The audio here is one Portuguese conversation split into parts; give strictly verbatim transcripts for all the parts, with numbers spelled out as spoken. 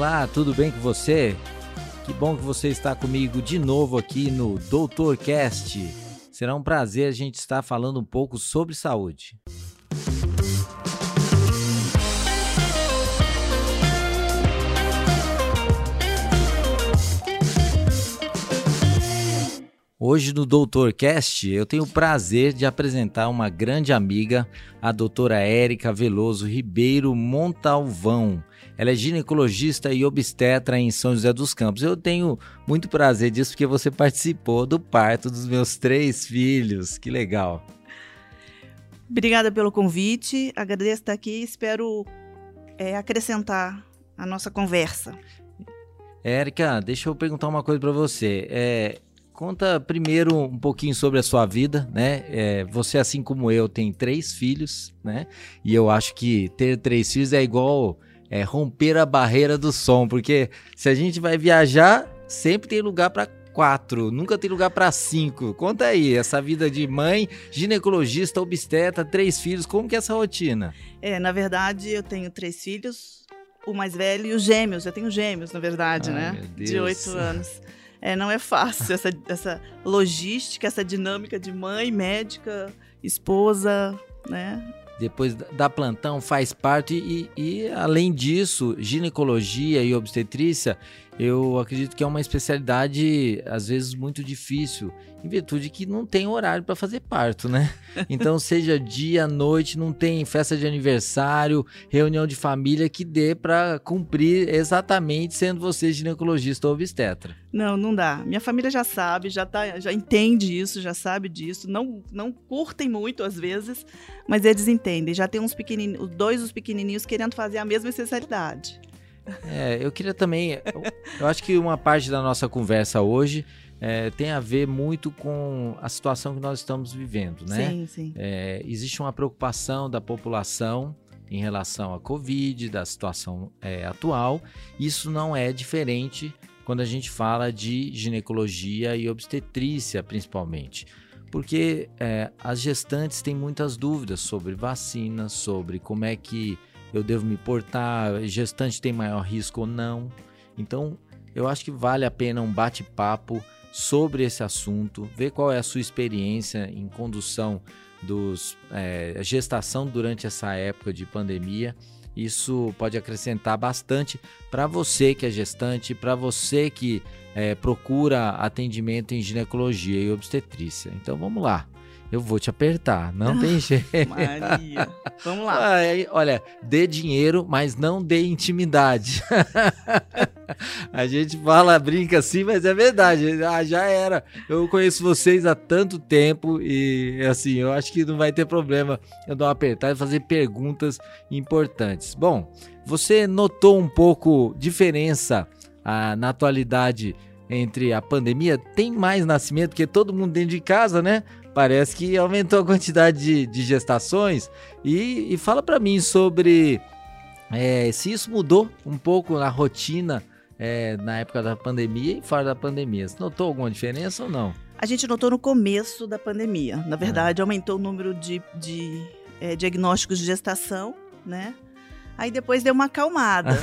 Olá, tudo bem com você? Que bom que você está comigo de novo aqui no DoutorCast. Será um prazer a gente estar falando um pouco sobre saúde. Hoje no DoutorCast eu tenho o prazer de apresentar uma grande amiga, a doutora Érica Veloso Ribeiro Montalvão. Ela é ginecologista e obstetra em São José dos Campos. Eu tenho muito prazer disso porque você participou do parto dos meus três filhos. Que legal. Obrigada pelo convite, agradeço estar aqui e espero é, acrescentar a nossa conversa. Érica, deixa eu perguntar uma coisa para você. É... Conta primeiro um pouquinho sobre a sua vida, né? É, você, assim como eu, tem três filhos, né? E eu acho que ter três filhos é igual é, romper a barreira do som, porque se a gente vai viajar, sempre tem lugar para quatro, nunca tem lugar para cinco. Conta aí, essa vida de mãe, ginecologista, obstetra, três filhos, como que é essa rotina? É, na verdade, eu tenho três filhos, o mais velho e os gêmeos. Eu tenho gêmeos, na verdade, Ai, né? meu Deus. De oito anos. É, não é fácil essa, essa logística, essa dinâmica de mãe, médica, esposa, né? Depois da plantão, faz parte e, e, além disso, ginecologia e obstetrícia, eu acredito que é uma especialidade, às vezes, muito difícil, em virtude que não tem horário para fazer parto, né? Então, seja dia, noite, não tem festa de aniversário, reunião de família que dê para cumprir exatamente sendo você ginecologista ou obstetra. Não, não dá. Minha família já sabe, já, tá, já entende isso, já sabe disso. Não, não curtem muito, às vezes, mas eles entendem. Já tem uns pequenininhos, dois os pequenininhos querendo fazer a mesma especialidade. É, eu queria também, eu, eu acho que uma parte da nossa conversa hoje é, tem a ver muito com a situação que nós estamos vivendo, né? Sim, sim. É, existe uma preocupação da população em relação à Covid, da situação é, atual. Isso não é diferente quando a gente fala de ginecologia e obstetrícia, principalmente. Porque é, as gestantes têm muitas dúvidas sobre vacinas, sobre como é que eu devo me portar, gestante tem maior risco ou não. Então, eu acho que vale a pena um bate-papo sobre esse assunto, ver qual é a sua experiência em condução dos é, gestação durante essa época de pandemia. Isso pode acrescentar bastante para você que é gestante, para você que é, procura atendimento em ginecologia e obstetrícia. Então, vamos lá. Eu vou te apertar, não tem jeito. Maria, vamos lá. Ai, olha, dê dinheiro, mas não dê intimidade. A gente fala, brinca assim, mas é verdade. Ah, já era. Eu conheço vocês há tanto tempo e, assim, eu acho que não vai ter problema eu dar uma apertada e fazer perguntas importantes. Bom, você notou um pouco diferença ah, na atualidade entre a pandemia? Tem mais nascimento, porque todo mundo dentro de casa, né? Parece que aumentou a quantidade de, de gestações. E, e fala para mim sobre é, se isso mudou um pouco na rotina é, na época da pandemia e fora da pandemia. Você notou alguma diferença ou não? A gente notou no começo da pandemia. Na verdade, ah. aumentou o número de, de é, diagnósticos de gestação, né? Aí depois deu uma acalmada.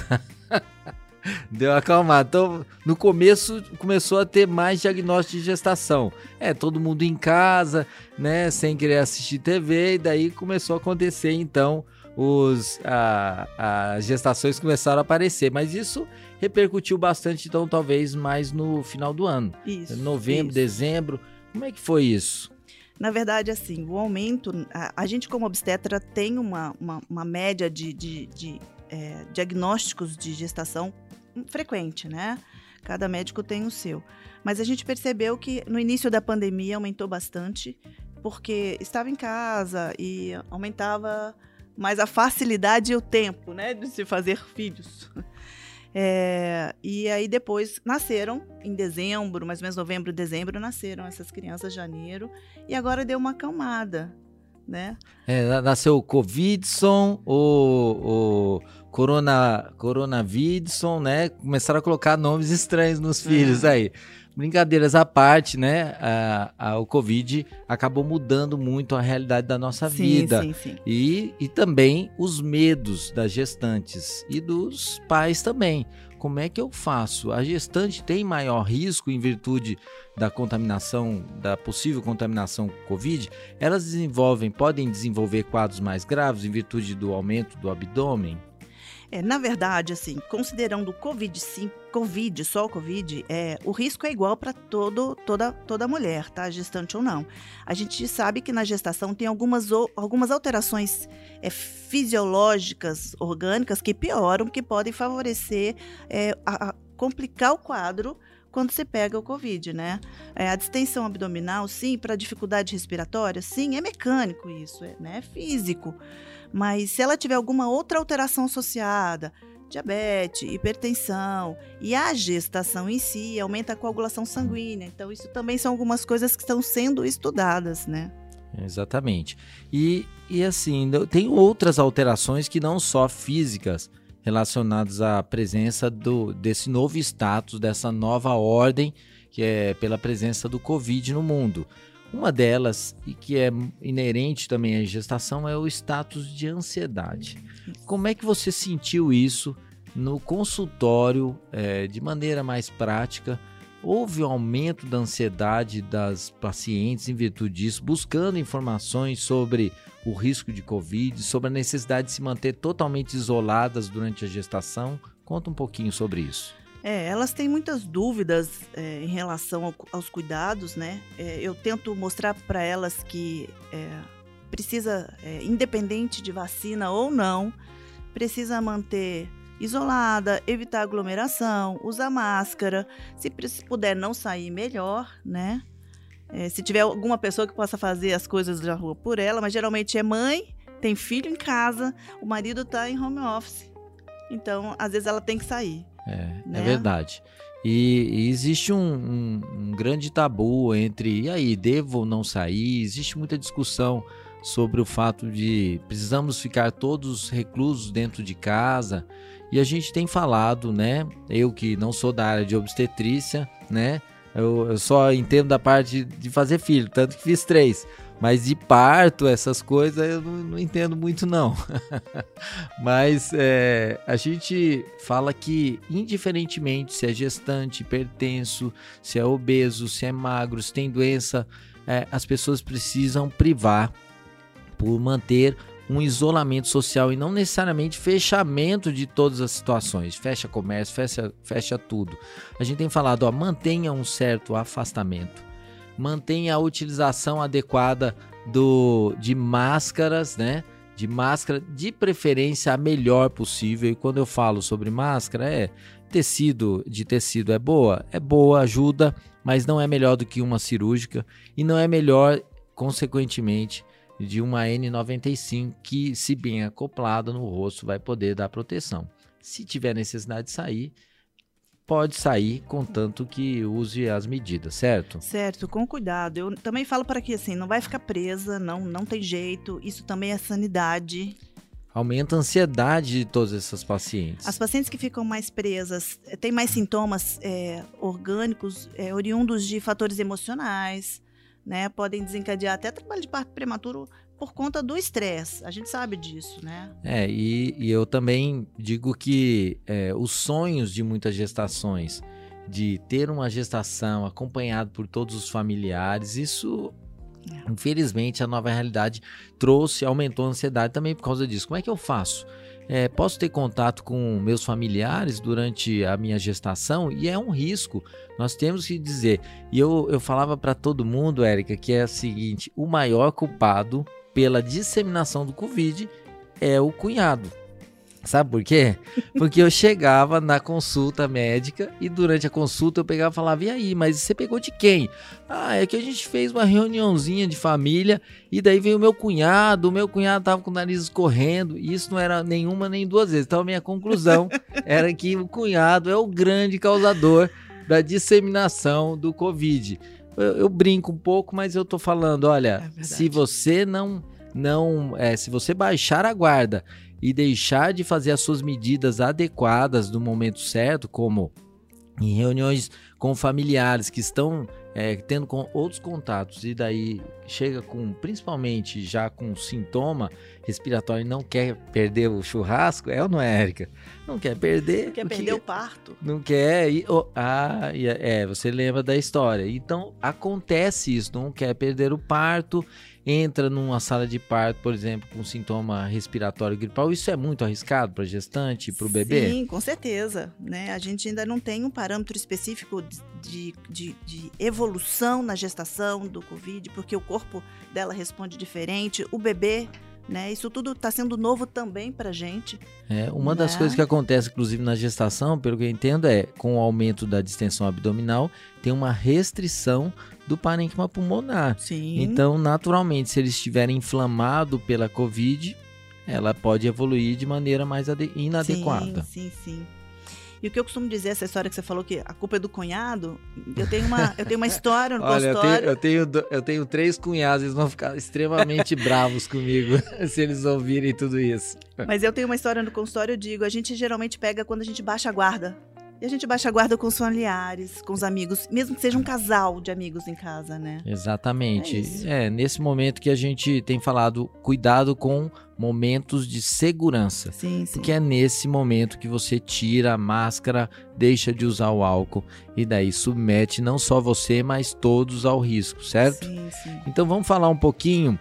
Deu uma acalmada. Então, no começo, começou a ter mais diagnóstico de gestação. É, todo mundo em casa, né, sem querer assistir T V, e daí começou a acontecer, então, os, a, as gestações começaram a aparecer. Mas isso repercutiu bastante, então, talvez mais no final do ano. Isso. Novembro, isso. dezembro. Como é que foi isso? Na verdade, assim, o aumento... A, a gente, como obstetra, tem uma, uma, uma média de... de, de é, diagnósticos de gestação frequente, né? Cada médico tem o seu. Mas a gente percebeu que no início da pandemia aumentou bastante, porque estava em casa e aumentava mais a facilidade e o tempo, né, de se fazer filhos. É, e aí depois nasceram, em dezembro, mais ou menos novembro, dezembro, nasceram essas crianças, janeiro, e agora deu uma acalmada, né? É, nasceu o Covidson, o, o Corona, Coronavidson, né? Começaram a colocar nomes estranhos nos filhos uhum. aí. Brincadeiras à parte, né? A, a, o Covid acabou mudando muito a realidade da nossa sim, vida. Sim, sim. E, e também os medos das gestantes e dos pais também. como é que eu faço? A gestante tem maior risco em virtude da contaminação, da possível contaminação com Covid? Elas desenvolvem, podem desenvolver quadros mais graves em virtude do aumento do abdômen? É, na verdade, assim, considerando o Covid, sim, Covid, só o Covid, é, o risco é igual para todo, toda, toda mulher, tá? Gestante ou não. A gente sabe que na gestação tem algumas, algumas alterações é, fisiológicas, orgânicas, que pioram, que podem favorecer, é, a, a complicar o quadro quando se pega o Covid, né? É, a distensão abdominal, sim, para dificuldade respiratória, sim, é mecânico isso, é, né? É físico. Mas se ela tiver alguma outra alteração associada, diabetes, hipertensão e a gestação em si, aumenta a coagulação sanguínea. Então, isso também são algumas coisas que estão sendo estudadas, né? Exatamente. E, e assim, tem outras alterações que não só físicas, relacionadas à presença do, desse novo status, dessa nova ordem, que é pela presença do Covid no mundo. Uma delas, e que é inerente também à gestação, é o status de ansiedade. Como é que você sentiu isso no consultório, é, de maneira mais prática? Houve um aumento da ansiedade das pacientes em virtude disso, buscando informações sobre o risco de Covid, sobre a necessidade de se manter totalmente isoladas durante a gestação? Conta um pouquinho sobre isso. É, elas têm muitas dúvidas é, em relação ao, aos cuidados, né? É, eu tento mostrar para elas que é, precisa, é, independente de vacina ou não, precisa manter isolada, evitar aglomeração, usar máscara, se puder não sair, melhor, né? É, se tiver alguma pessoa que possa fazer as coisas da rua por ela, mas geralmente é mãe, tem filho em casa, o marido está em home office, então às vezes ela tem que sair. É, né? É verdade. E, e existe um, um, um grande tabu entre, e aí, devo ou não sair? Existe muita discussão sobre o fato de precisamos ficar todos reclusos dentro de casa. E a gente tem falado, né? Eu que não sou da área de obstetrícia, né? Eu, eu só entendo da parte de fazer filho, tanto que fiz três. Mas de parto, essas coisas, eu não, não entendo muito, não. Mas é, a gente fala que, indiferentemente se é gestante, hipertenso, se é obeso, se é magro, se tem doença, é, as pessoas precisam privar por manter um isolamento social e não necessariamente fechamento de todas as situações. Fecha comércio, fecha, fecha tudo. A gente tem falado, ó, mantenha um certo afastamento. Mantenha a utilização adequada do, de máscaras, né? De máscara, de preferência a melhor possível. E quando eu falo sobre máscara, é tecido, de tecido é boa? É boa, ajuda, mas não é melhor do que uma cirúrgica. E não é melhor, consequentemente, de uma N noventa e cinco, que, se bem acoplada no rosto, vai poder dar proteção. Se tiver necessidade de sair, pode sair, contanto que use as medidas, certo? Certo, com cuidado. Eu também falo para que assim, não vai ficar presa, não, não tem jeito. Isso também é sanidade. Aumenta a ansiedade de todas essas pacientes. As pacientes que ficam mais presas têm mais sintomas é, orgânicos, é, oriundos de fatores emocionais, né? Podem desencadear até trabalho de parto prematuro por conta do estresse. A gente sabe disso, né? É, e, e eu também digo que é, os sonhos de muitas gestações, de ter uma gestação acompanhado por todos os familiares, isso, é. infelizmente, a nova realidade trouxe, aumentou a ansiedade também por causa disso. Como é que eu faço? É, posso ter contato com meus familiares durante a minha gestação? E é um risco, nós temos que dizer. E eu, eu falava para todo mundo, Érica, que é o seguinte, o maior culpado pela disseminação do Covid é o cunhado. Sabe por quê? Porque eu chegava na consulta médica e durante a consulta eu pegava e falava, e aí, mas você pegou de quem? Ah, é que a gente fez uma reuniãozinha de família e daí veio o meu cunhado, o meu cunhado tava com o nariz escorrendo e isso não era nenhuma nem duas vezes. Então a minha conclusão era que o cunhado é o grande causador da disseminação do Covid. Eu, eu brinco um pouco, mas eu tô falando, olha, é se você não, não é, se você baixar a guarda e deixar de fazer as suas medidas adequadas no momento certo, como em reuniões com familiares que estão é, tendo com outros contatos e daí chega com, principalmente já com sintoma respiratório e não quer perder o churrasco, é ou não é, Érica? Não quer perder. Não quer perder o parto. Não quer. E, oh, ah, é, você lembra da história. Então, acontece isso, não quer perder o parto, entra numa sala de parto, por exemplo, com sintoma respiratório gripal. Isso é muito arriscado para a gestante e para o bebê? Sim, com certeza. Né? A gente ainda não tem um parâmetro específico de, de, de evolução na gestação do Covid, porque o corpo dela responde diferente. O bebê, né? Isso tudo está sendo novo também para a gente. É, uma das né? coisas que acontece, inclusive, na gestação, pelo que eu entendo, é com o aumento da distensão abdominal, tem uma restrição do parênquima pulmonar. Sim. Então, naturalmente, se ele estiver inflamado pela Covid, ela pode evoluir de maneira mais inadequada. Sim, sim, sim. E o que eu costumo dizer, essa história que você falou que a culpa é do cunhado, eu tenho uma, eu tenho uma história no Olha, consultório. Eu tenho, eu, tenho, eu tenho três cunhados, eles vão ficar extremamente bravos comigo se eles ouvirem tudo isso. Mas eu tenho uma história no consultório, eu digo, a gente geralmente pega quando a gente baixa a guarda. E a gente baixa a guarda com os familiares, com os amigos, mesmo que seja um casal de amigos em casa, né? Exatamente. É, é nesse momento que a gente tem falado, cuidado com momentos de segurança. Sim, sim. Porque é nesse momento que você tira a máscara, deixa de usar o álcool e daí submete não só você, mas todos ao risco, certo? Sim, sim. Então vamos falar um pouquinho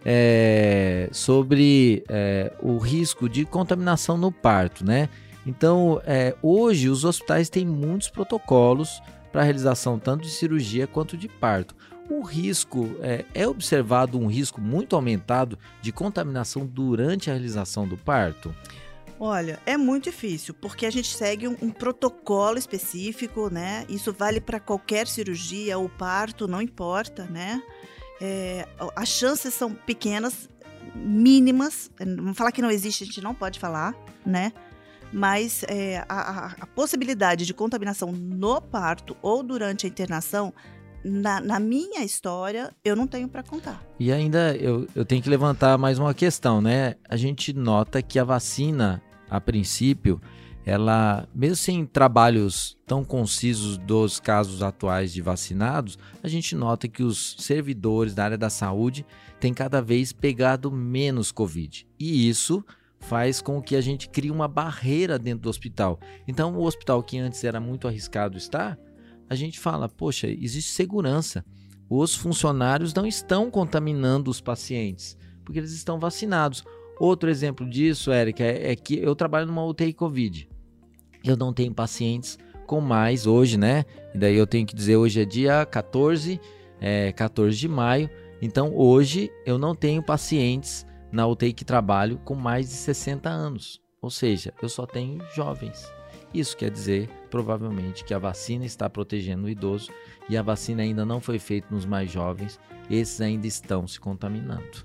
é, sobre é, o risco de contaminação no parto, né? Então, é, hoje os hospitais têm muitos protocolos para a realização tanto de cirurgia quanto de parto. O risco, é, é observado um risco muito aumentado de contaminação durante a realização do parto? Olha, é muito difícil, porque a gente segue um, um protocolo específico, né? Isso vale para qualquer cirurgia ou parto, não importa, né? É, as chances são pequenas, mínimas. Vamos falar que não existe, a gente não pode falar, né? Mas é, a, a, a possibilidade de contaminação no parto ou durante a internação, na, na minha história, eu não tenho para contar. E ainda eu, eu tenho que levantar mais uma questão, né? A gente nota que a vacina, a princípio, ela, mesmo sem trabalhos tão concisos dos casos atuais de vacinados, a gente nota que os servidores da área da saúde têm cada vez pegado menos Covid. E isso faz com que a gente crie uma barreira dentro do hospital. Então, o hospital que antes era muito arriscado estar, a gente fala, poxa, existe segurança. Os funcionários não estão contaminando os pacientes, porque eles estão vacinados. Outro exemplo disso, Érica, é, é que eu trabalho numa U T I Covid. Eu não tenho pacientes com mais hoje, né? E daí eu tenho que dizer, hoje é dia quatorze, é, quatorze de maio. Então, hoje eu não tenho pacientes na U T I que trabalho com mais de sessenta anos, ou seja, eu só tenho jovens. Isso quer dizer, provavelmente, que a vacina está protegendo o idoso e a vacina ainda não foi feita nos mais jovens, esses ainda estão se contaminando.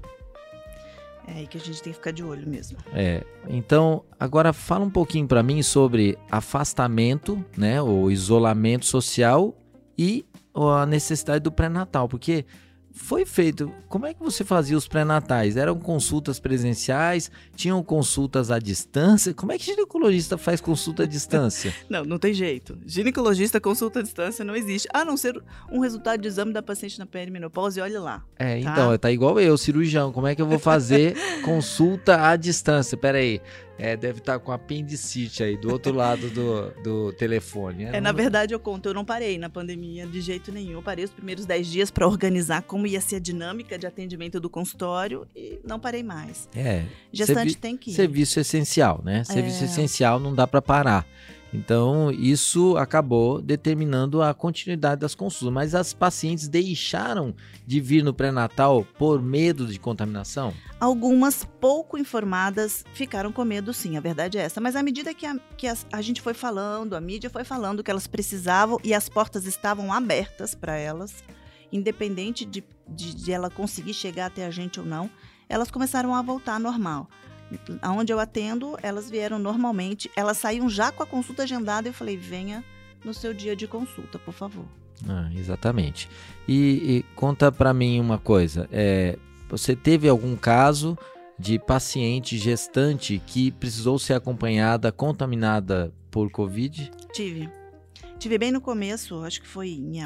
É aí que a gente tem que ficar de olho mesmo. É, então, agora fala um pouquinho para mim sobre afastamento, né, o isolamento social e a necessidade do pré-natal, porque foi feito, como é que você fazia os pré-natais? Eram consultas presenciais? Tinham consultas à distância? Como é que ginecologista faz consulta à distância? Não, não tem jeito. Ginecologista, consulta à distância não existe, a não ser um resultado de exame da paciente na perimenopausa e olha lá. É, tá? então, tá igual eu, cirurgião, como é que eu vou fazer consulta à distância? Pera aí, é, deve estar com apendicite aí, do outro lado do, do telefone. É, na verdade, eu conto, eu não parei na pandemia de jeito nenhum. Eu parei os primeiros dez dias para organizar como ia ser a dinâmica de atendimento do consultório e não parei mais. É. Gestante servi- tem que ir. Serviço essencial, né? Serviço É. essencial não dá para parar. Então, isso acabou determinando a continuidade das consultas. Mas as pacientes deixaram de vir no pré-natal por medo de contaminação? Algumas pouco informadas ficaram com medo, sim, a verdade é essa. Mas à medida que, a, que a, a gente foi falando, a mídia foi falando que elas precisavam e as portas estavam abertas para elas, independente de, de, de ela conseguir chegar até a gente ou não, elas começaram a voltar ao normal. Onde eu atendo, elas vieram normalmente, elas saíam já com a consulta agendada e eu falei, venha no seu dia de consulta, por favor. Ah, exatamente. E, e conta para mim uma coisa, é, você teve algum caso de paciente gestante que precisou ser acompanhada, contaminada por Covid? Tive. Tive bem no começo, acho que foi em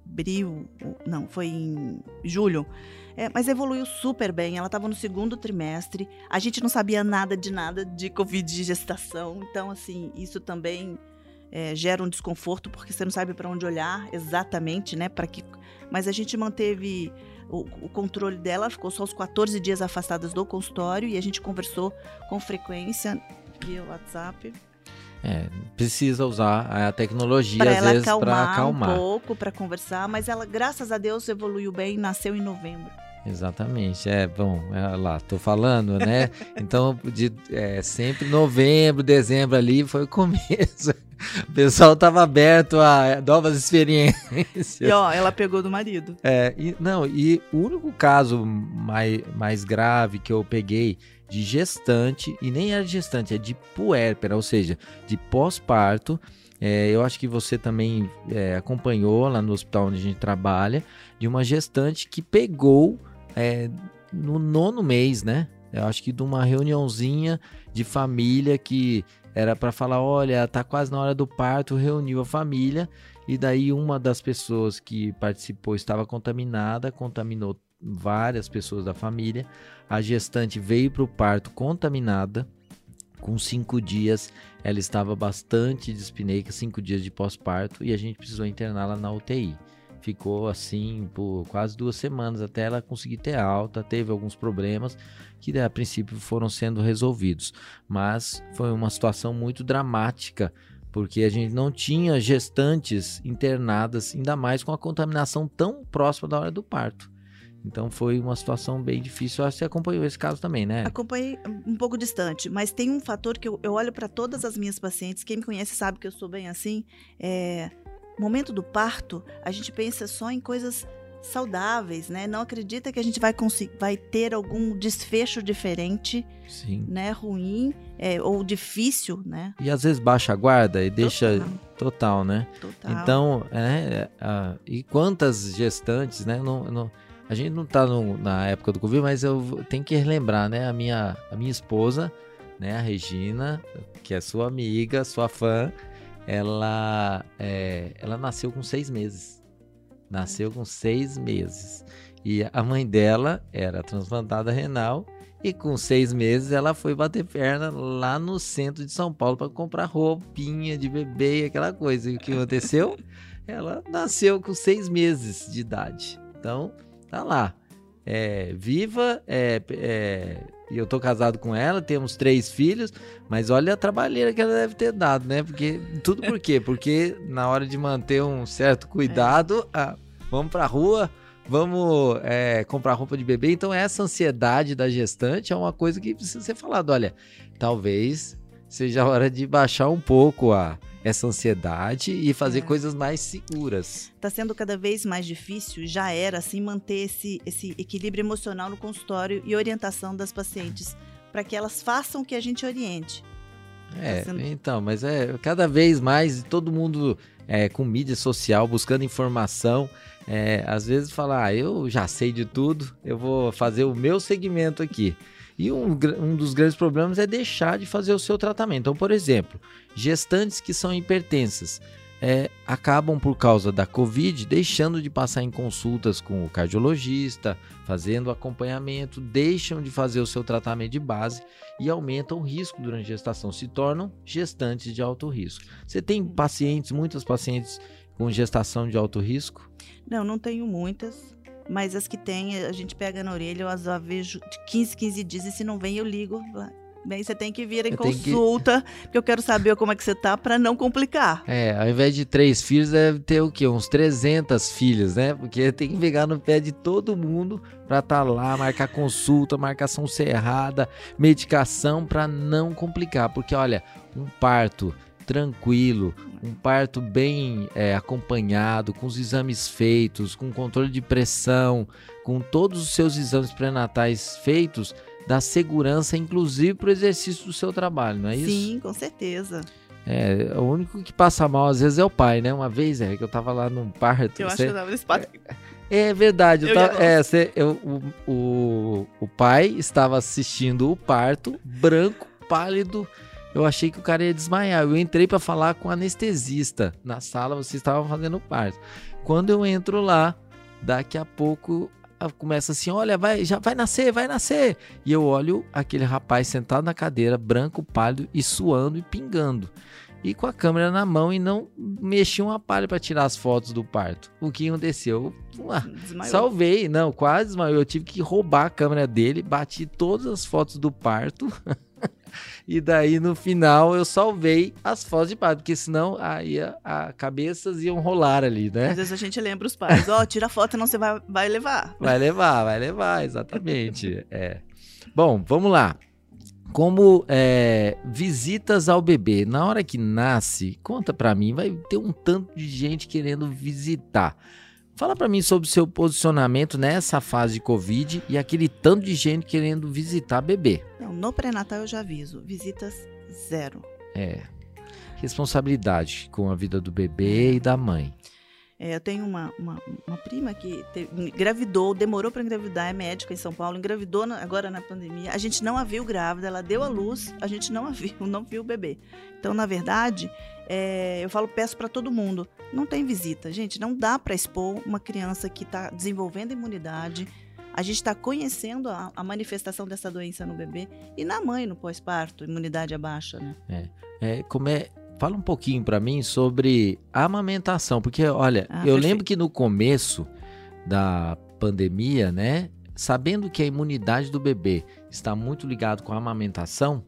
abril, não, foi em julho. É, mas evoluiu super bem, ela estava no segundo trimestre, a gente não sabia nada de nada de Covid de gestação, então assim, isso também é, gera um desconforto, porque você não sabe para onde olhar exatamente, né, para que... Mas a gente manteve o, o controle dela, ficou só os quatorze dias afastadas do consultório e a gente conversou com frequência via WhatsApp. É, precisa usar a tecnologia pra às ela vezes acalmar, para acalmar um pouco, para conversar, mas ela, graças a Deus, evoluiu bem, nasceu em novembro. Exatamente, é bom, é, lá, tô falando, né? Então, de, é, sempre novembro, dezembro ali foi o começo. O pessoal tava aberto a novas experiências. E ó, ela pegou do marido. É, e, não, e o único caso mais, mais grave que eu peguei de gestante, e nem era gestante, é de puérpera, ou seja, de pós-parto. É, eu acho que você também é, acompanhou lá no hospital onde a gente trabalha, de uma gestante que pegou é, no nono mês, né? Eu acho que de uma reuniãozinha de família que era para falar, olha, tá quase na hora do parto, reuniu a família, e daí uma das pessoas que participou estava contaminada, contaminou várias pessoas da família. A gestante veio para o parto contaminada. Com cinco dias, ela estava bastante dispneica, cinco dias de pós-parto, e a gente precisou interná-la na U T I. Ficou assim por quase duas semanas até ela conseguir ter alta. Teve alguns problemas que a princípio foram sendo resolvidos, mas foi uma situação muito dramática, porque a gente não tinha gestantes internadas, ainda mais com a contaminação tão próxima da hora do parto. Então foi uma situação bem difícil. Acho que você acompanhou esse caso também, né? Acompanhei um pouco distante, mas tem um fator que eu, eu olho para todas as minhas pacientes, quem me conhece sabe que eu sou bem assim, é... momento do parto, a gente pensa só em coisas saudáveis, né? Não acredita que a gente vai, conseguir, vai ter algum desfecho diferente, Sim. né? Ruim é, ou difícil, né? E às vezes baixa a guarda e deixa total, total né? Total. Então, é, é, e quantas gestantes, né? Não, não, a gente não tá no, na época do Covid, mas eu tenho que relembrar, né? A minha, a minha esposa, né? A Regina, que é sua amiga, sua fã, ela, é, ela nasceu com seis meses. Nasceu com seis meses. E a mãe dela era transplantada renal. E com seis meses ela foi bater perna lá no centro de São Paulo para comprar roupinha de bebê e aquela coisa. E o que aconteceu? Ela nasceu com seis meses de idade. Então, tá lá. É, viva, é, é, e eu tô casado com ela, temos três filhos, mas olha a trabalheira que ela deve ter dado, né? Porque, tudo por quê? Porque na hora de manter um certo cuidado, é. ah, vamos pra rua, vamos é, comprar roupa de bebê. Então essa ansiedade da gestante é uma coisa que precisa ser falada. Olha, talvez seja a hora de baixar um pouco a... essa ansiedade e fazer é. coisas mais seguras. Está sendo cada vez mais difícil, já era assim, manter esse, esse equilíbrio emocional no consultório e orientação das pacientes, para que elas façam o que a gente oriente. É, tá sendo... então, mas é cada vez mais todo mundo é, com mídia social, buscando informação, é, às vezes fala, ah, eu já sei de tudo, eu vou fazer o meu segmento aqui. E um, um dos grandes problemas é deixar de fazer o seu tratamento. Então, por exemplo, gestantes que são hipertensas é, acabam, por causa da Covid, deixando de passar em consultas com o cardiologista, fazendo acompanhamento, deixam de fazer o seu tratamento de base e aumentam o risco durante a gestação, se tornam gestantes de alto risco. Você tem pacientes, muitas pacientes com gestação de alto risco? Não, não tenho muitas. Mas as que tem, a gente pega na orelha, eu as vejo de quinze, quinze dias, e se não vem, eu ligo. Bem, você tem que vir em eu consulta, que... porque eu quero saber como é que você tá, para não complicar. É, ao invés de três filhos, deve ter o quê? Uns trezentas filhas, né? Porque tem que pegar no pé de todo mundo para estar tá lá, marcar consulta, marcação cerrada, medicação, para não complicar. Porque, olha, um parto tranquilo, um parto bem é, acompanhado, com os exames feitos, com controle de pressão, com todos os seus exames pré-natais feitos, dá segurança, inclusive, para o exercício do seu trabalho, não é isso? Sim, com certeza. É, o único que passa mal, às vezes, é o pai, né? Uma vez, é, que eu tava lá num parto... Eu você... acho que eu tava nesse parto. É, é verdade, eu eu tava, é, você, eu, o, o, o pai estava assistindo o parto, branco, pálido, eu achei que o cara ia desmaiar. Eu entrei para falar com o anestesista na sala, vocês estavam fazendo parto. Quando eu entro lá, daqui a pouco começa assim, olha, vai, já vai nascer, vai nascer. E eu olho aquele rapaz sentado na cadeira, branco, pálido e suando e pingando. E com a câmera na mão e não mexi uma palha para tirar as fotos do parto. O que aconteceu? Ah, salvei, não, quase desmaiou. Eu tive que roubar a câmera dele, bati todas as fotos do parto. E daí no final eu salvei as fotos de parto, porque senão aí a, a cabeças iam rolar ali, né? Às vezes a gente lembra os pais, ó, oh, tira a foto, senão você vai, vai levar. Vai levar, vai levar, exatamente. É. Bom, vamos lá. Como é, visitas ao bebê, na hora que nasce, conta pra mim, vai ter um tanto de gente querendo visitar. Fala pra mim sobre o seu posicionamento nessa fase de Covid e aquele tanto de gente querendo visitar bebê. Não, no pré-natal eu já aviso, visitas zero. É, responsabilidade com a vida do bebê e da mãe. É, eu tenho uma, uma, uma prima que teve, engravidou, demorou para engravidar, é médica em São Paulo, engravidou na, agora na pandemia. A gente não a viu grávida, ela deu à luz, a gente não a viu, não viu o bebê. Então, na verdade, é, eu falo, peço para todo mundo, não tem visita. Gente, não dá para expor uma criança que está desenvolvendo imunidade. A gente está conhecendo a, a manifestação dessa doença no bebê e na mãe, no pós-parto, imunidade baixa, né? É, é como é... Fala um pouquinho para mim sobre a amamentação, porque olha, ah, eu perfeito. lembro que no começo da pandemia, né, sabendo que a imunidade do bebê está muito ligado com a amamentação,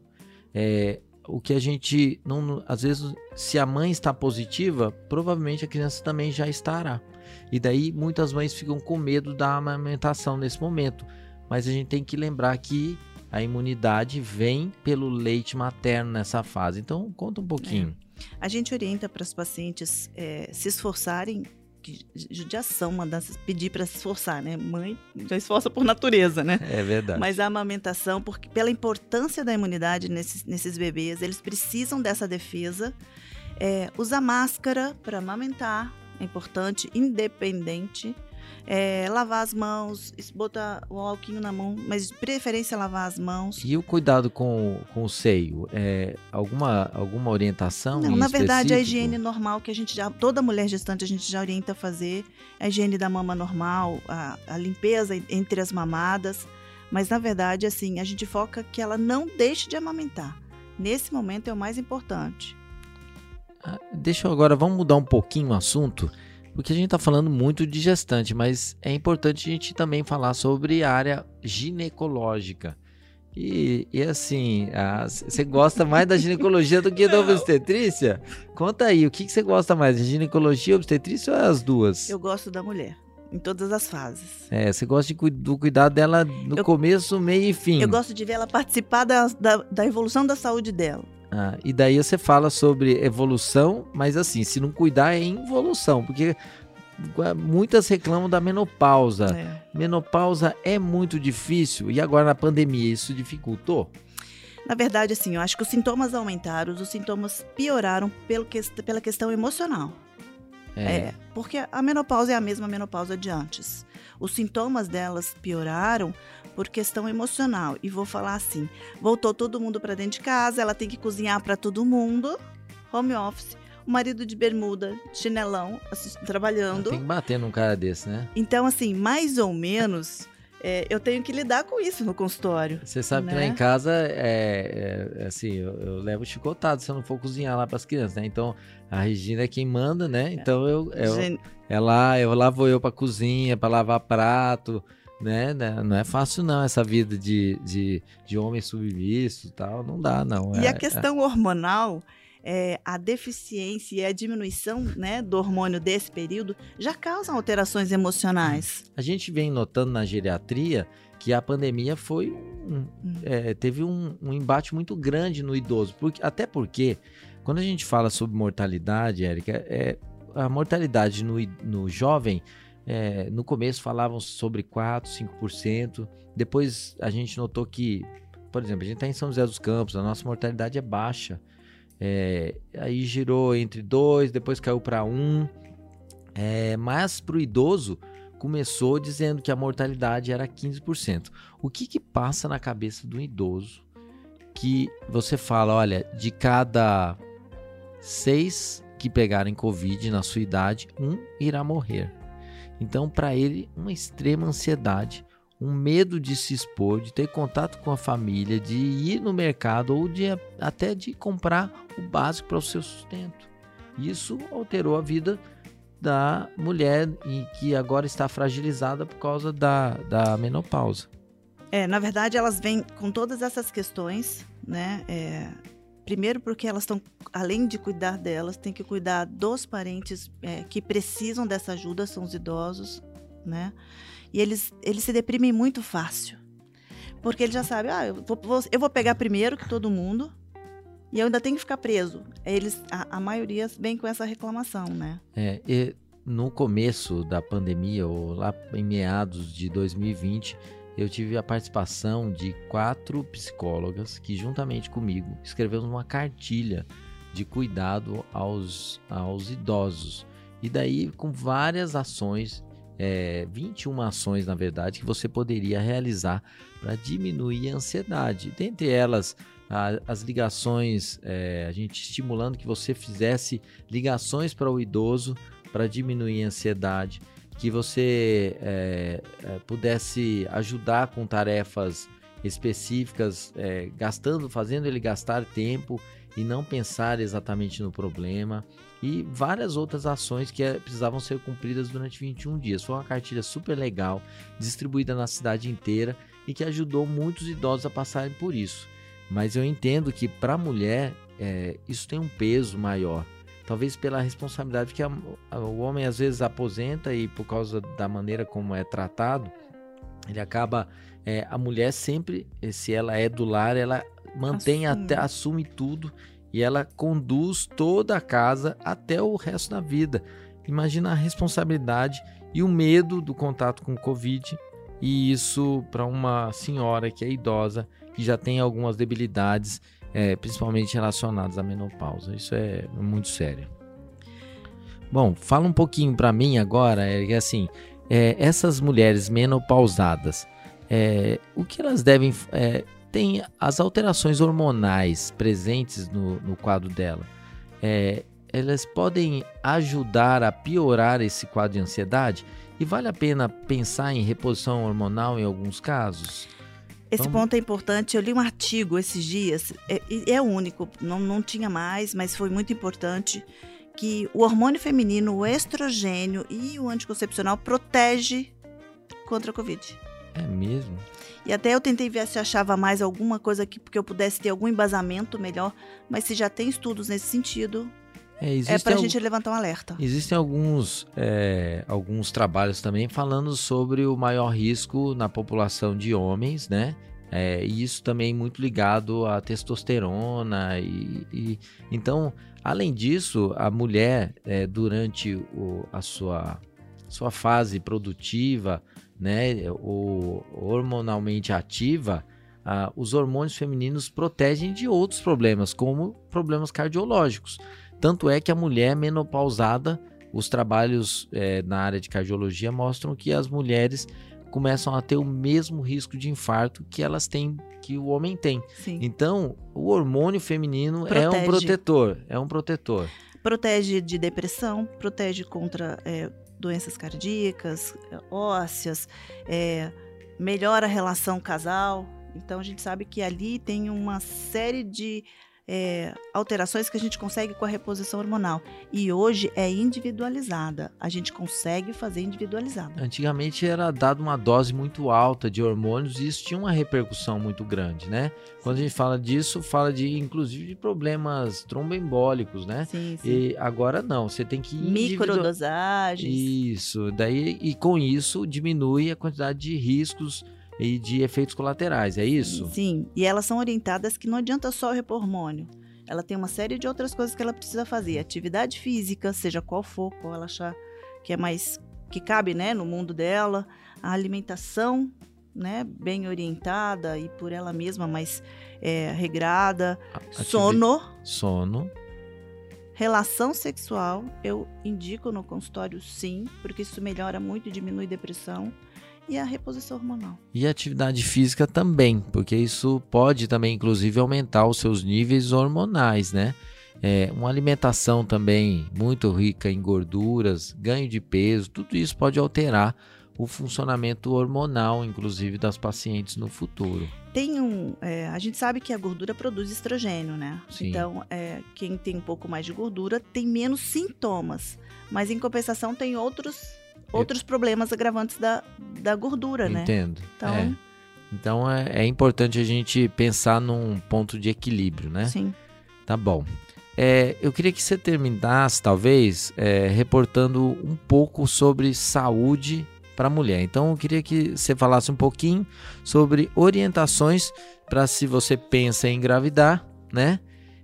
é, o que a gente, não, às vezes, se a mãe está positiva, provavelmente a criança também já estará. E daí muitas mães ficam com medo da amamentação nesse momento, mas a gente tem que lembrar que a imunidade vem pelo leite materno nessa fase. Então, conta um pouquinho. É. A gente orienta para os pacientes é, se esforçarem, que judiação, mandar pedir para se esforçar, né? Mãe já esforça por natureza, né? É verdade. Mas a amamentação, porque pela importância da imunidade nesses, nesses bebês, eles precisam dessa defesa. É, usar máscara para amamentar, é importante, independente. É, lavar as mãos, botar o álcool na mão, mas de preferência lavar as mãos. E o cuidado com, com o seio? É, alguma, alguma orientação? Não, na verdade a higiene normal que a gente já, toda mulher gestante a gente já orienta a fazer, a higiene da mama normal, a, a limpeza entre as mamadas, mas na verdade assim, a gente foca que ela não deixe de amamentar. Nesse momento é o mais importante. Ah, deixa eu agora, vamos mudar um pouquinho o assunto. Porque a gente está falando muito de gestante, mas é importante a gente também falar sobre a área ginecológica. E, e assim, você gosta mais da ginecologia do que da obstetrícia? Conta aí, o que você gosta mais, de ginecologia, obstetrícia ou as duas? Eu gosto da mulher, em todas as fases. É, você gosta de, do cuidado dela no eu, começo, meio e fim. Eu gosto de ver ela participar da, da, da evolução da saúde dela. Ah, e daí você fala sobre evolução, mas assim, se não cuidar é involução, porque muitas reclamam da menopausa. É. Menopausa é muito difícil e agora na pandemia isso dificultou? Na verdade, assim, eu acho que os sintomas aumentaram, os sintomas pioraram pelo que, pela questão emocional. É. é, porque a menopausa é a mesma menopausa de antes. Os sintomas delas pioraram por questão emocional. E vou falar assim, voltou todo mundo para dentro de casa, ela tem que cozinhar para todo mundo, home office, o marido de bermuda, chinelão, trabalhando. Tem que bater num cara desse, né? Então, assim, mais ou menos, é, eu tenho que lidar com isso no consultório. Você sabe, né? Que lá em casa, é, é, assim, eu, eu levo chicotado se eu não for cozinhar lá para as crianças, né? Então, a Regina é quem manda, né? Então, eu, eu, Gen... é lá, eu lá vou eu para cozinha, para lavar prato, né? Não é fácil não, essa vida de, de, de homem submisso e tal, não dá não. E é, a questão é... hormonal... É, a deficiência e a diminuição, né, do hormônio desse período já causam alterações emocionais. A gente vem notando na geriatria que a pandemia foi um, hum. é, teve um, um embate muito grande no idoso, porque, até porque quando a gente fala sobre mortalidade, Érica, é, a mortalidade no, no jovem, é, no começo falavam sobre quatro, cinco por cento, depois a gente notou que, por exemplo, a gente está em São José dos Campos, a nossa mortalidade é baixa. É, aí girou entre dois, depois caiu para um, é, mas para o idoso começou dizendo que a mortalidade era quinze por cento. O que que passa na cabeça do idoso que você fala, olha, de cada seis que pegarem Covid na sua idade, um irá morrer. Então, para ele, uma extrema ansiedade, um medo de se expor, de ter contato com a família, de ir no mercado ou de, até de comprar o básico para o seu sustento. Isso alterou a vida da mulher e que agora está fragilizada por causa da, da menopausa. É, na verdade, elas vêm com todas essas questões, né? É, primeiro porque elas estão, além de cuidar delas, tem que cuidar dos parentes é, que precisam dessa ajuda, são os idosos, né? E eles, eles se deprimem muito fácil, porque eles já sabem, ah, eu vou, eu vou pegar primeiro que todo mundo e eu ainda tenho que ficar preso. Eles, a, a maioria vem com essa reclamação, né? É, e no começo da pandemia, ou lá em meados de dois mil e vinte, eu tive a participação de quatro psicólogas que, juntamente comigo, escrevemos uma cartilha de cuidado aos, aos idosos. E daí, com várias ações, é, vinte e uma ações, na verdade, que você poderia realizar para diminuir a ansiedade. Dentre elas, a, as ligações, é, a gente estimulando que você fizesse ligações para o idoso para diminuir a ansiedade, que você é, é, pudesse ajudar com tarefas específicas, é, gastando, fazendo ele gastar tempo e não pensar exatamente no problema, e várias outras ações que é, precisavam ser cumpridas durante vinte e um dias. Foi uma cartilha super legal, distribuída na cidade inteira e que ajudou muitos idosos a passarem por isso. Mas eu entendo que para a mulher é, isso tem um peso maior. Talvez pela responsabilidade que a, a, o homem às vezes aposenta e por causa da maneira como é tratado, ele acaba, é, a mulher sempre, se ela é do lar, ela mantém assume. até, assume tudo e ela conduz toda a casa até o resto da vida. Imagina a responsabilidade e o medo do contato com o Covid, e isso para uma senhora que é idosa, que já tem algumas debilidades, É, principalmente relacionados à menopausa. Isso é muito sério. Bom, fala um pouquinho para mim agora, é assim, é, essas mulheres menopausadas, é, o que elas devem, é, tem as alterações hormonais presentes no, no quadro dela, é, elas podem ajudar a piorar esse quadro de ansiedade? E vale a pena pensar em reposição hormonal em alguns casos? Esse Vamos... ponto é importante. Eu li um artigo esses dias, é, é único, não, não tinha mais, mas foi muito importante, que o hormônio feminino, o estrogênio e o anticoncepcional protege contra a Covid. É mesmo? E até eu tentei ver se achava mais alguma coisa que, que eu pudesse ter algum embasamento melhor, mas se já tem estudos nesse sentido, é, é para a gente levantar um alerta. Existem alguns, é, alguns trabalhos também falando sobre o maior risco na população de homens, né? É, e isso também muito ligado à testosterona. E, e então, além disso, a mulher, é, durante o, a sua, sua fase produtiva, né, ou hormonalmente ativa, ah, os hormônios femininos protegem de outros problemas, como problemas cardiológicos. Tanto é que a mulher menopausada, os trabalhos é, na área de cardiologia mostram que as mulheres começam a ter o mesmo risco de infarto que elas têm, que o homem tem. Sim. Então, o hormônio feminino Protege. é um protetor, é um protetor. Protege de depressão, protege contra é, doenças cardíacas, ósseas, é, melhora a relação casal. Então, a gente sabe que ali tem uma série de É, alterações que a gente consegue com a reposição hormonal. E hoje é individualizada. A gente consegue fazer individualizada. Antigamente era dada uma dose muito alta de hormônios e isso tinha uma repercussão muito grande, né? Quando a gente fala disso, fala de, inclusive, de problemas tromboembólicos, né? Sim, sim. E agora não, você tem que... Individual... Microdosagens. Isso, daí, e com isso diminui a quantidade de riscos e de efeitos colaterais, é isso? Sim, e elas são orientadas que não adianta só repor hormônio. Ela tem uma série de outras coisas que ela precisa fazer. Atividade física, seja qual for, qual ela achar que é mais, que cabe, né, no mundo dela. A alimentação, né, bem orientada e por ela mesma, mas é, regrada. Ativi... Sono. Sono. Relação sexual, eu indico no consultório sim, porque isso melhora muito e diminui depressão. e a reposição hormonal. E a atividade física também, porque isso pode também, inclusive, aumentar os seus níveis hormonais, né? É, uma alimentação também muito rica em gorduras, ganho de peso, tudo isso pode alterar o funcionamento hormonal, inclusive, das pacientes no futuro. Tem um, é, a gente sabe que a gordura produz estrogênio, né? Sim. Então, é, quem tem um pouco mais de gordura tem menos sintomas, mas em compensação tem outros, outros Eu... problemas agravantes da, da gordura, né? Entendo. Então, é. Então é, é importante a gente pensar num ponto de equilíbrio, né? Sim. Tá bom. É, eu queria que você terminasse, talvez, é, reportando um pouco sobre saúde para a mulher. Então, eu queria que você falasse um pouquinho sobre orientações para se você pensa em engravidar, né?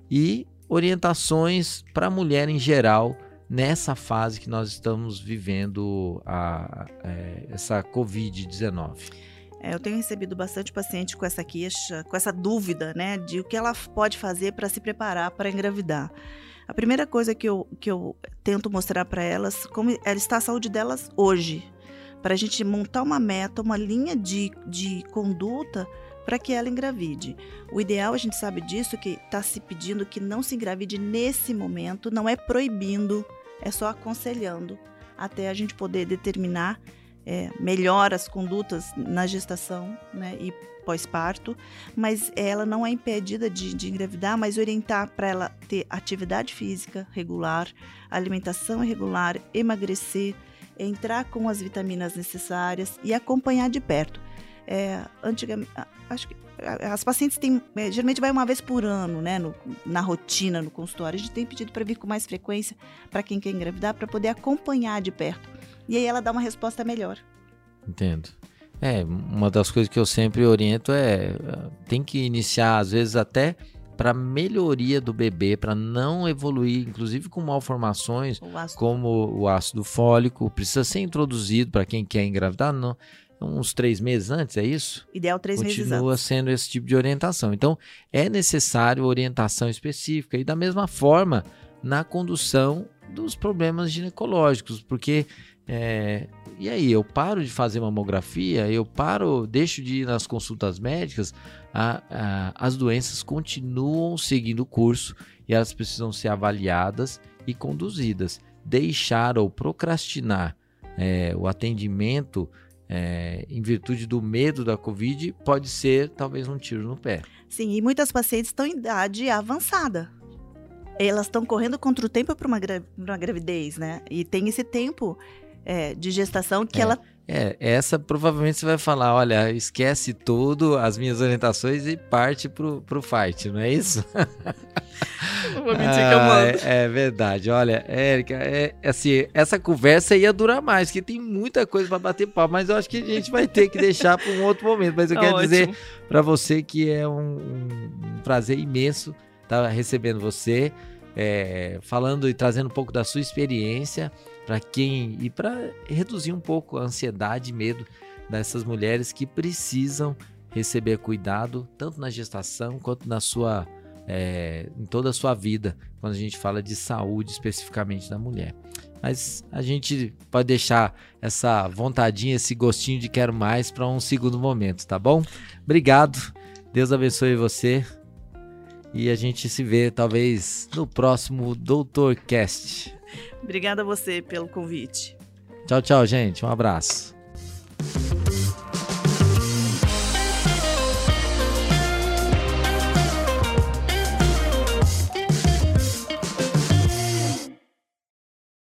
E orientações para a mulher em geral nessa fase que nós estamos vivendo a, a, essa covid dezenove. É, eu tenho recebido bastante paciente com essa queixa, com essa dúvida, né, de o que ela pode fazer para se preparar para engravidar. A primeira coisa que eu, que eu tento mostrar para elas, como ela está a saúde delas hoje, para a gente montar uma meta, uma linha de, de conduta para que ela engravide. O ideal, a gente sabe disso, que está se pedindo que não se engravide nesse momento, não é proibindo, é só aconselhando, até a gente poder determinar é, melhor as condutas na gestação, né, e pós-parto, mas ela não é impedida de, de engravidar, mas orientar para ela ter atividade física regular, alimentação regular, emagrecer, entrar com as vitaminas necessárias e acompanhar de perto. É, antigamente, acho que as pacientes têm, é, geralmente vai uma vez por ano, né, no, na rotina, no consultório. A gente tem pedido para vir com mais frequência para quem quer engravidar, para poder acompanhar de perto. E aí ela dá uma resposta melhor. Entendo. É, uma das coisas que eu sempre oriento é, tem que iniciar, às vezes até para melhoria do bebê, para não evoluir, inclusive com malformações, o como o ácido fólico, precisa ser introduzido para quem quer engravidar, não, uns três meses antes, é isso? Ideal três meses antes. Continua sendo esse tipo de orientação. Então, é necessário orientação específica e da mesma forma na condução dos problemas ginecológicos, porque é, e aí, eu paro de fazer mamografia, eu paro, deixo de ir nas consultas médicas, a, a, as doenças continuam seguindo o curso e elas precisam ser avaliadas e conduzidas. Deixar ou procrastinar é, o atendimento é, em virtude do medo da Covid pode ser talvez um tiro no pé. Sim, e muitas pacientes estão em idade avançada. Elas estão correndo contra o tempo para uma, gra- uma gravidez, né? E tem esse tempo é, de gestação que é, ela... É, essa provavelmente você vai falar, olha, esquece tudo, as minhas orientações e parte pro, pro fight, não é isso? Não vou mentir que eu mando. Ah, é, é verdade, olha, Érica, é, assim, essa conversa ia durar mais, porque tem muita coisa para bater papo, mas eu acho que a gente vai ter que deixar para um outro momento, mas eu Tá quero ótimo. dizer para você que é um, um prazer imenso estar recebendo você, é, falando e trazendo um pouco da sua experiência para quem e para reduzir um pouco a ansiedade e medo dessas mulheres que precisam receber cuidado tanto na gestação quanto na sua é, em toda a sua vida, quando a gente fala de saúde especificamente da mulher. Mas a gente pode deixar essa vontadinha, esse gostinho de quero mais para um segundo momento, tá bom? Obrigado, Deus abençoe você e a gente se vê talvez no próximo DoutorCast. Obrigada a você pelo convite. Tchau, tchau, gente. Um abraço.